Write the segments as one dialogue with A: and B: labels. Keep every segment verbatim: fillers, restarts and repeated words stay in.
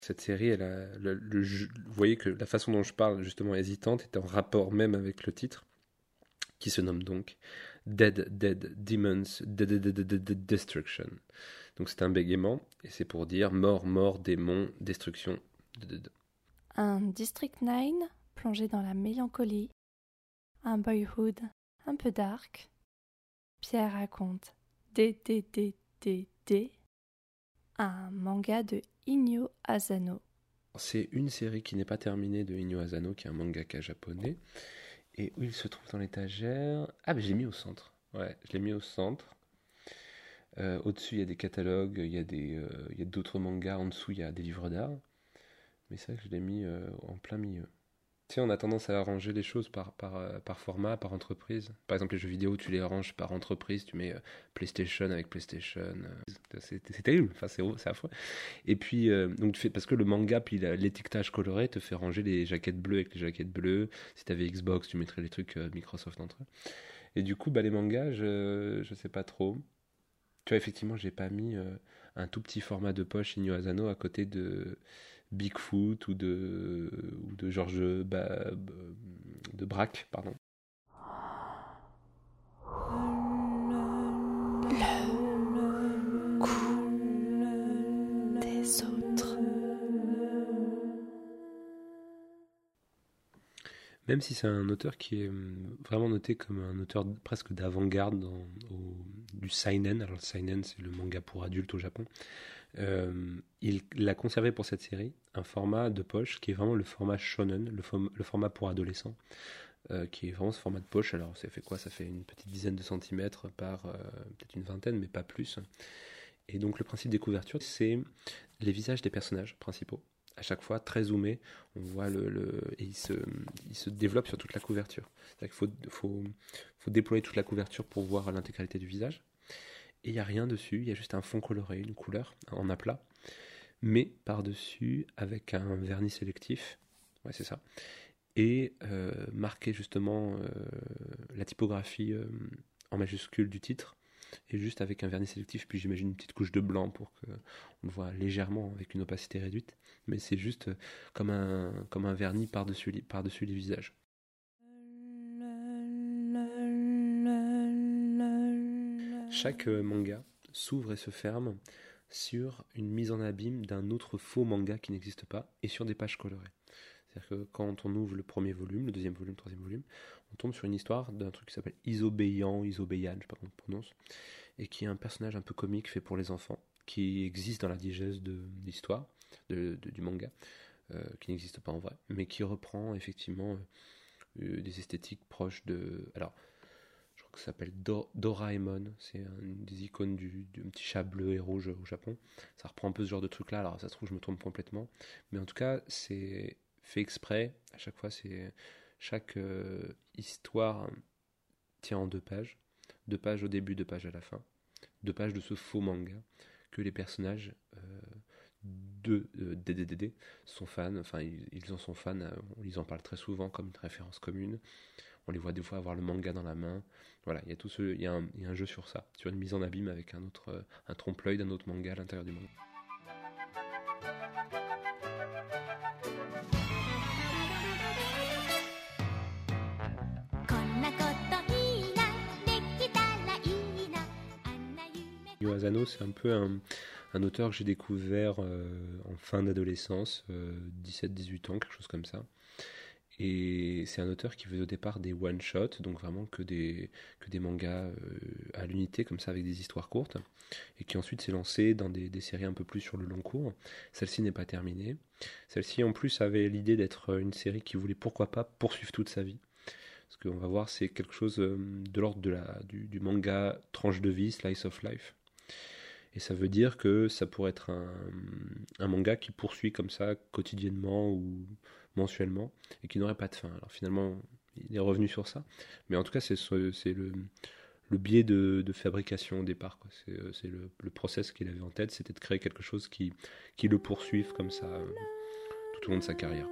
A: Cette série, elle a, le, le jeu- vous voyez que la façon dont je parle, justement hésitante, est en rapport même avec le titre, qui se nomme donc Dead Dead Demons Dead, Dead, Dead, Dead, Dead Destruction. Donc c'est un bégaiement, et c'est pour dire mort, mort, démon, destruction. Dead, dead.
B: Un District neuf plongé dans la mélancolie, un boyhood un peu dark. Pierre raconte D D D D D, un manga de Inyo Asano.
A: C'est une série qui n'est pas terminée de Inyo Asano, qui est un mangaka japonais, et où il se trouve dans l'étagère. Ah, mais j'ai mis au centre. Ouais, je l'ai mis au centre. Euh, au-dessus, il y a des catalogues, il y a des, euh, il y a d'autres mangas. En dessous, il y a des livres d'art. Mais c'est vrai que je l'ai mis euh, en plein milieu. Tu sais, on a tendance à arranger les choses par, par, euh, par format, par entreprise. Par exemple, les jeux vidéo, tu les arranges par entreprise. Tu mets euh, PlayStation avec PlayStation. euh, c'est, c'est terrible, enfin, c'est, c'est affreux. Et puis, euh, donc tu fais, parce que le manga, puis la- l'étiquetage coloré te fait ranger les jaquettes bleues avec les jaquettes bleues. Si tu avais Xbox, tu mettrais les trucs euh, Microsoft entre eux. Et du coup, bah, les mangas, je, je sais pas trop. Tu vois, effectivement, j'ai pas mis euh, un tout petit format de poche Inyo Asano à côté de Bigfoot ou de, ou de Georges ba, de Braque, pardon.
B: Des autres.
A: Même si c'est un auteur qui est hum, vraiment noté comme un auteur presque d'avant-garde dans, au, du seinen. Alors le seinen, c'est le manga pour adultes au Japon. Euh, il, il a conservé pour cette série un format de poche qui est vraiment le format shonen, le, form, le format pour adolescents, euh, qui est vraiment ce format de poche. Alors ça fait quoi? Ça fait une petite dizaine de centimètres par euh, peut-être une vingtaine, mais pas plus. Et donc le principe des couvertures, c'est les visages des personnages principaux. À chaque fois, très zoomé, on voit le, le et il se, il se développe sur toute la couverture. C'est-à-dire qu'il faut, faut, faut déployer toute la couverture pour voir l'intégralité du visage. Et il n'y a rien dessus, il y a juste un fond coloré, une couleur en aplat, mais par-dessus avec un vernis sélectif. Ouais, c'est ça. Et euh, marquer justement euh, la typographie euh, en majuscule du titre, et juste avec un vernis sélectif, puis j'imagine une petite couche de blanc pour qu'on le voit légèrement avec une opacité réduite, mais c'est juste comme un, comme un vernis par-dessus, par-dessus les visages. Chaque euh, manga s'ouvre et se ferme sur une mise en abîme d'un autre faux manga qui n'existe pas, et sur des pages colorées. C'est-à-dire que quand on ouvre le premier volume, le deuxième volume, le troisième volume, on tombe sur une histoire d'un truc qui s'appelle Isobéyan, Isobéyan, je ne sais pas comment on prononce, et qui est un personnage un peu comique fait pour les enfants, qui existe dans la digeste de l'histoire, de, de, du manga, euh, qui n'existe pas en vrai, mais qui reprend effectivement euh, des esthétiques proches de... Alors, je crois que ça s'appelle Do- Doraemon, c'est un- une des icônes du, du petit chat bleu et rouge au Japon. Ça reprend un peu ce genre de truc-là, alors ça se trouve je me trompe complètement, mais en tout cas c'est fait exprès, à chaque fois c'est... Chaque euh, histoire tient en deux pages, deux pages au début, deux pages à la fin, deux pages de ce faux manga que les personnages euh, de euh, D D D D sont fans, enfin ils, ils en sont fans, euh, ils en parlent très souvent comme une référence commune, on les voit des fois avoir le manga dans la main, voilà, il y a tout ce, il y a un, il y a un jeu sur ça, sur une mise en abîme avec un autre, euh, un trompe-l'œil d'un autre manga à l'intérieur du manga. Yu Asano, c'est un peu un, un auteur que j'ai découvert euh, en fin d'adolescence, euh, dix-sept dix-huit ans, quelque chose comme ça. Et c'est un auteur qui faisait au départ des one-shots, donc vraiment que des, que des mangas euh, à l'unité, comme ça, avec des histoires courtes, et qui ensuite s'est lancé dans des, des séries un peu plus sur le long cours. Celle-ci n'est pas terminée. Celle-ci, en plus, avait l'idée d'être une série qui voulait, pourquoi pas, poursuivre toute sa vie. Parce qu'on va voir, c'est quelque chose euh, de l'ordre de la, du, du manga tranche de vie, slice of life. Et ça veut dire que ça pourrait être un, un manga qui poursuit comme ça quotidiennement ou mensuellement et qui n'aurait pas de fin. Alors finalement, il est revenu sur ça. Mais en tout cas, c'est, c'est le, le biais de, de fabrication au départ, quoi. C'est, c'est le, le process qu'il avait en tête, c'était de créer quelque chose qui, qui le poursuive comme ça euh, tout au long de sa carrière.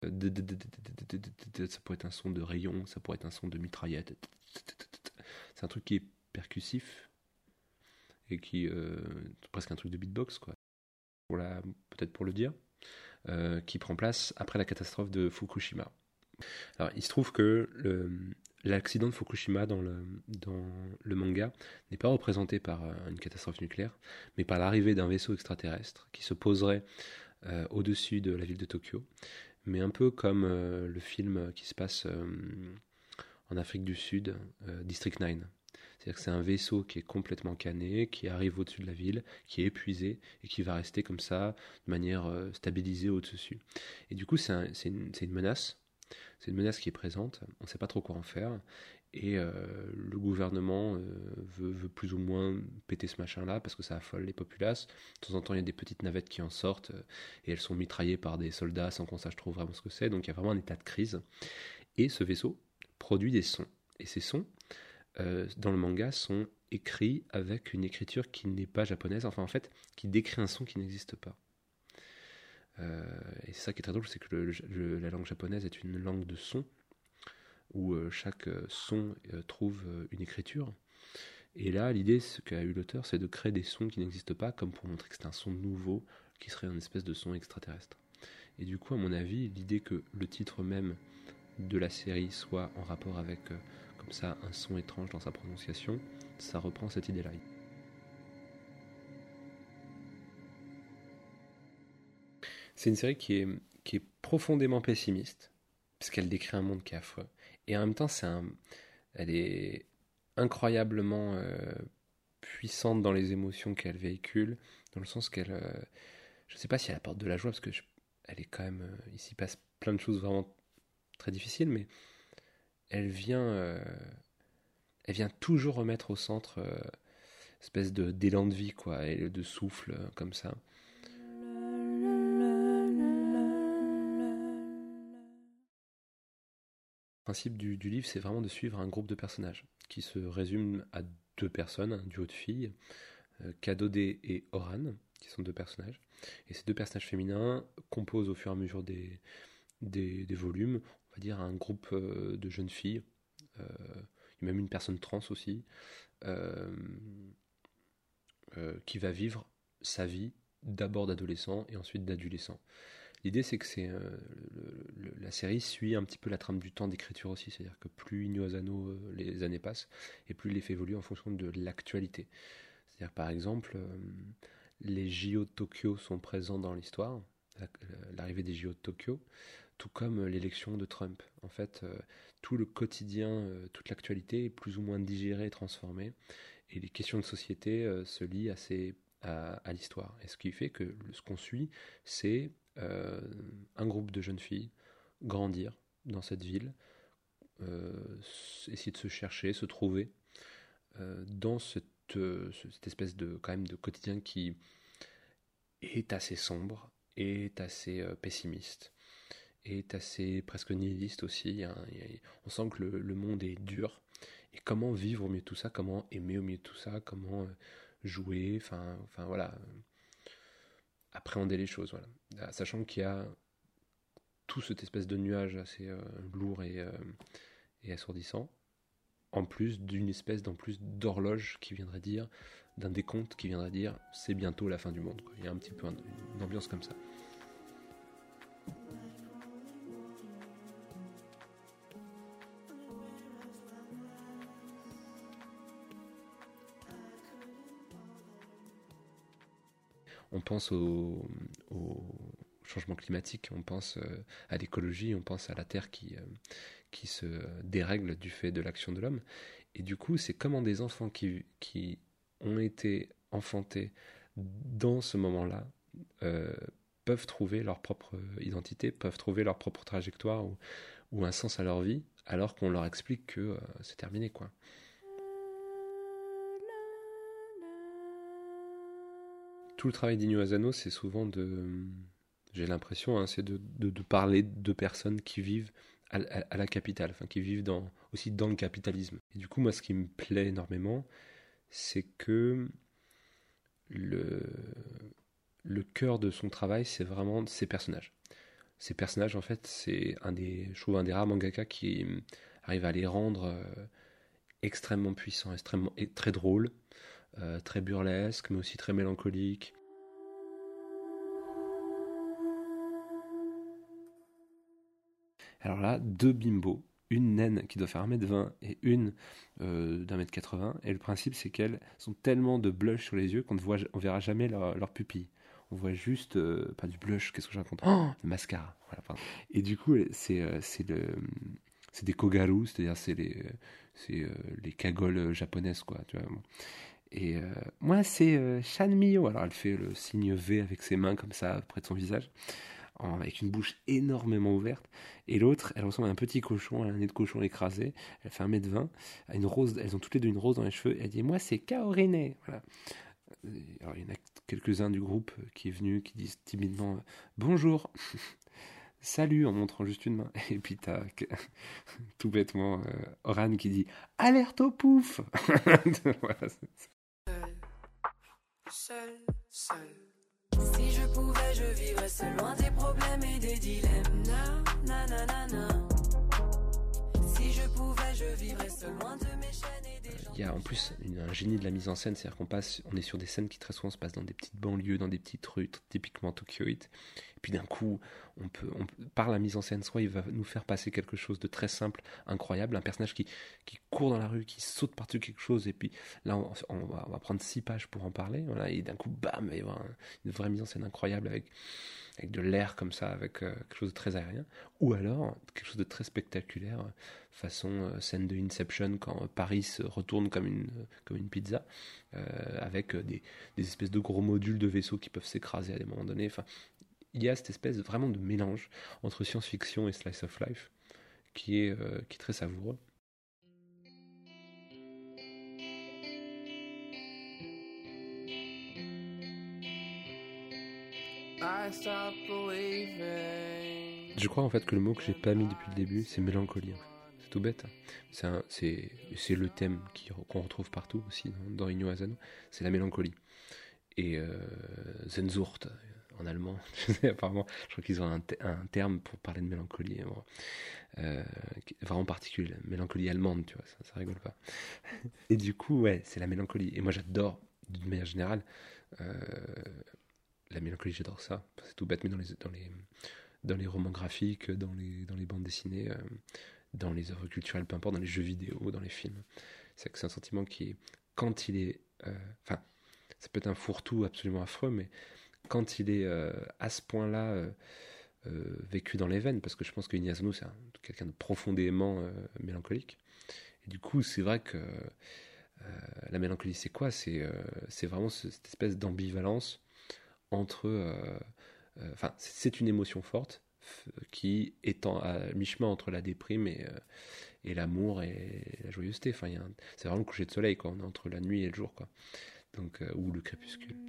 A: Ça pourrait être un son de rayon, ça pourrait être un son de mitraillette. C'est un truc qui est percussif et qui euh, presque un truc de beatbox, quoi. Pour la, peut-être pour le dire, euh, qui prend place après la catastrophe de Fukushima. Alors, il se trouve que le, l'accident de Fukushima dans le, dans le manga n'est pas représenté par une catastrophe nucléaire, mais par l'arrivée d'un vaisseau extraterrestre qui se poserait euh, au-dessus de la ville de Tokyo, mais un peu comme euh, le film qui se passe euh, en Afrique du Sud, euh, District neuf. C'est-à-dire que c'est un vaisseau qui est complètement cané, qui arrive au-dessus de la ville, qui est épuisé et qui va rester comme ça, de manière euh, stabilisée au-dessus. Et du coup, c'est, un, c'est, une, c'est une menace. C'est une menace qui est présente. On ne sait pas trop quoi en faire. Et euh, le gouvernement euh, veut, veut plus ou moins péter ce machin-là parce que ça affole les populaces. De temps en temps, il y a des petites navettes qui en sortent euh, et elles sont mitraillées par des soldats sans qu'on sache trop vraiment ce que c'est. Donc il y a vraiment un état de crise. Et ce vaisseau produit des sons. Et ces sons, euh, dans le manga, sont écrits avec une écriture qui n'est pas japonaise. Enfin, en fait, qui décrit un son qui n'existe pas. Euh, et c'est ça qui est très drôle, c'est que le, le, la langue japonaise est une langue de son, où euh, chaque son euh, trouve euh, une écriture. Et là, l'idée, ce qu'a eu l'auteur, c'est de créer des sons qui n'existent pas, comme pour montrer que c'est un son nouveau, qui serait une espèce de son extraterrestre. Et du coup, à mon avis, l'idée que le titre même de la série soit en rapport avec, euh, comme ça, un son étrange dans sa prononciation, ça reprend cette idée-là. C'est une série qui est, qui est profondément pessimiste, parce qu'elle décrit un monde qui est affreux. Et en même temps, c'est un, elle est incroyablement euh, puissante dans les émotions qu'elle véhicule, dans le sens qu'elle... Euh, je ne sais pas si elle apporte de la joie, parce que je, elle est quand même... Euh, il s'y passe plein de choses vraiment très difficiles, mais elle vient... Euh, elle vient toujours remettre au centre... Euh, espèce de, d'élan de vie, quoi, et de souffle, euh, comme ça. Le principe du, du livre, c'est vraiment de suivre un groupe de personnages qui se résume à deux personnes, un duo de filles, euh, Kadode et Oran, qui sont deux personnages. Et ces deux personnages féminins composent au fur et à mesure des, des, des volumes, on va dire, un groupe euh, de jeunes filles, euh, il y a même une personne trans aussi, euh, euh, qui va vivre sa vie d'abord d'adolescent et ensuite d'adolescent. L'idée, c'est que c'est, euh, le, le, la série suit un petit peu la trame du temps d'écriture aussi, c'est-à-dire que plus Inyo Asano, euh, les années passent, et plus les faits évoluent en fonction de l'actualité. C'est-à-dire, par exemple, euh, les J O de Tokyo sont présents dans l'histoire, la, l'arrivée des J O de Tokyo, tout comme l'élection de Trump. En fait, euh, tout le quotidien, euh, toute l'actualité est plus ou moins digérée et transformée, et les questions de société euh, se lient à, ces, à, à l'histoire. Et ce qui fait que ce qu'on suit, c'est Euh, un groupe de jeunes filles grandir dans cette ville, euh, essayer de se chercher, se trouver euh, dans cette, euh, cette espèce de, quand même, de quotidien qui est assez sombre, est assez euh, pessimiste, est assez presque nihiliste aussi. Il y a, il y a, on sent que le, le monde est dur. Et comment vivre au milieu de tout ça, comment aimer au milieu de tout ça, comment euh, jouer, enfin, enfin voilà. appréhender les choses, voilà. Sachant qu'il y a tout cette espèce de nuage assez euh, lourd et, euh, et assourdissant, en plus d'une espèce d'en plus d'horloge qui viendrait dire, d'un décompte qui viendrait dire c'est bientôt la fin du monde, quoi. Il y a un petit peu un, une ambiance comme ça. On pense au, au changement climatique, on pense euh, à l'écologie, on pense à la Terre qui, euh, qui se dérègle du fait de l'action de l'homme. Et du coup, c'est comment des enfants qui, qui ont été enfantés dans ce moment-là euh, peuvent trouver leur propre identité, peuvent trouver leur propre trajectoire ou, ou un sens à leur vie, alors qu'on leur explique que euh, c'est terminé, quoi. Tout le travail d'Inyo Asano, c'est souvent de... J'ai l'impression, hein, c'est de, de, de parler de personnes qui vivent à, à, à la capitale, enfin qui vivent dans, aussi dans le capitalisme. Et du coup, moi, ce qui me plaît énormément, c'est que le, le cœur de son travail, c'est vraiment ces personnages. ces personnages, en fait, c'est un des, je trouve, un des rares mangaka qui euh, arrive à les rendre euh, extrêmement puissants, extrêmement, et très drôles, euh, très burlesques, mais aussi très mélancoliques. Alors là, deux bimbos, une naine qui doit faire un mètre vingt et une euh, d'un mètre quatre-vingts. Et le principe, c'est qu'elles sont tellement de blush sur les yeux qu'on ne voit, on verra jamais leur, leur pupille. On voit juste, euh, pas du blush, qu'est-ce que je raconte oh le mascara. Voilà, pardon. Et du coup, c'est, euh, c'est, le, c'est des kogaru, c'est-à-dire c'est les, c'est, euh, les cagoles japonaises, quoi. Tu vois, bon. Et euh, moi, c'est euh, Shan Miyo. Alors, elle fait le signe V avec ses mains comme ça, près de son visage, en, avec une bouche énormément ouverte. Et l'autre, elle ressemble à un petit cochon, elle a un nez de cochon écrasé. Elle fait un mètre vingt. Une rose, elles ont toutes les deux une rose dans les cheveux. Et elle dit, moi, c'est Kaorine. Voilà. Alors, il y en a quelques-uns du groupe qui est venu, qui disent timidement bonjour, salut, en montrant juste une main. Et puis t'as tout bêtement euh, Oran qui dit alerte au pouf. Voilà,
C: seul, seul. Si je pouvais, je vivrais seul, loin des problèmes et des dilemmes. Na, na, na, na, na. Si je pouvais, je vivrais seul, loin de mes chaînes et des gens.
A: Il y a en plus une, un génie de la mise en scène, c'est-à-dire qu'on passe, on est sur des scènes qui très souvent se passent dans des petites banlieues, dans des petites rues, typiquement tokyoïdes. Et puis d'un coup, on peut, on, par la mise en scène, soit il va nous faire passer quelque chose de très simple, incroyable, un personnage qui, qui court dans la rue, qui saute par-dessus quelque chose, et puis là, on, on, va, on va prendre six pages pour en parler, voilà, et d'un coup, bam, il va y avoir un, une vraie mise en scène incroyable avec, avec de l'air comme ça, avec euh, quelque chose de très aérien, ou alors quelque chose de très spectaculaire, façon euh, scène de Inception quand euh, Paris se retourne comme une, euh, comme une pizza, euh, avec euh, des, des espèces de gros modules de vaisseaux qui peuvent s'écraser à des moments donnés. Enfin, il y a cette espèce vraiment de mélange entre science-fiction et slice of life qui est, euh, qui est très savoureux. Je crois en fait que le mot que j'ai pas mis depuis le début, c'est mélancolie. En fait. C'est tout bête. Hein. C'est, un, c'est, c'est le thème qui, qu'on retrouve partout aussi dans, dans Inyo Asano. C'est la mélancolie. Et euh, Sehnsucht en allemand, apparemment, je crois qu'ils ont un, te- un terme pour parler de mélancolie. Bon, euh, vraiment particulier, mélancolie allemande, tu vois, ça, ça rigole pas. Et du coup, ouais, c'est la mélancolie. Et moi, j'adore, d'une manière générale, euh, la mélancolie, j'adore ça. C'est tout bête, mais dans les, dans les, dans les romans graphiques, dans les, dans les bandes dessinées, euh, dans les œuvres culturelles, peu importe, dans les jeux vidéo, dans les films. C'est que c'est un sentiment qui, quand il est... Enfin, euh, ça peut être un fourre-tout absolument affreux, mais quand il est euh, à ce point-là euh, euh, vécu dans les veines, parce que je pense que Inuyasano, c'est un, quelqu'un de profondément euh, mélancolique. Et du coup, c'est vrai que euh, la mélancolie, c'est quoi ? C'est, euh, c'est vraiment cette espèce d'ambivalence entre... Enfin, euh, euh, c'est, c'est une émotion forte f- qui est en, à mi-chemin entre la déprime et, euh, et l'amour et la joyeuseté. Enfin, il y a un, c'est vraiment le coucher de soleil, quoi. On est entre la nuit et le jour, quoi. Donc, euh, ou le crépuscule.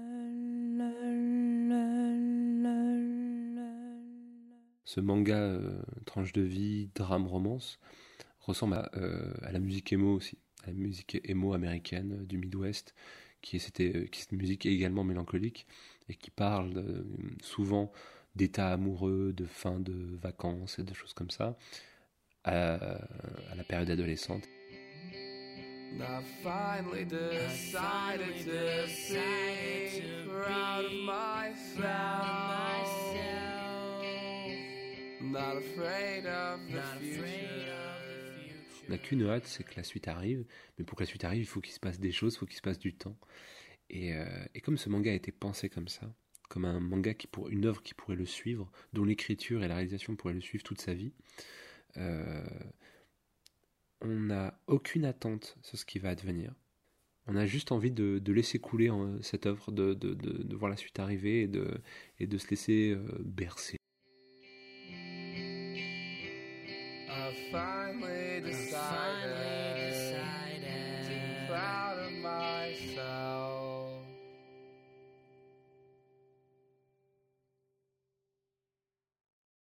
A: Ce manga euh, tranche de vie, drame, romance ressemble à, euh, à la musique emo aussi, à la musique emo américaine euh, du Midwest, qui est, c'était, euh, qui est cette musique également mélancolique et qui parle euh, souvent d'états amoureux, de fin de vacances et de choses comme ça, à, à la période adolescente. I finally decided to be proud of myself, not afraid of the future. On n'a qu'une hâte, c'est que la suite arrive, mais pour que la suite arrive, il faut qu'il se passe des choses, il faut qu'il se passe du temps. Et, euh, et comme ce manga a été pensé comme ça, comme un manga qui pour une œuvre qui pourrait le suivre, dont l'écriture et la réalisation pourraient le suivre toute sa vie, euh, on n'a aucune attente sur ce qui va advenir. On a juste envie de, de laisser couler en, cette œuvre, de, de, de, de voir la suite arriver et de, et de se laisser euh, bercer. I finally decided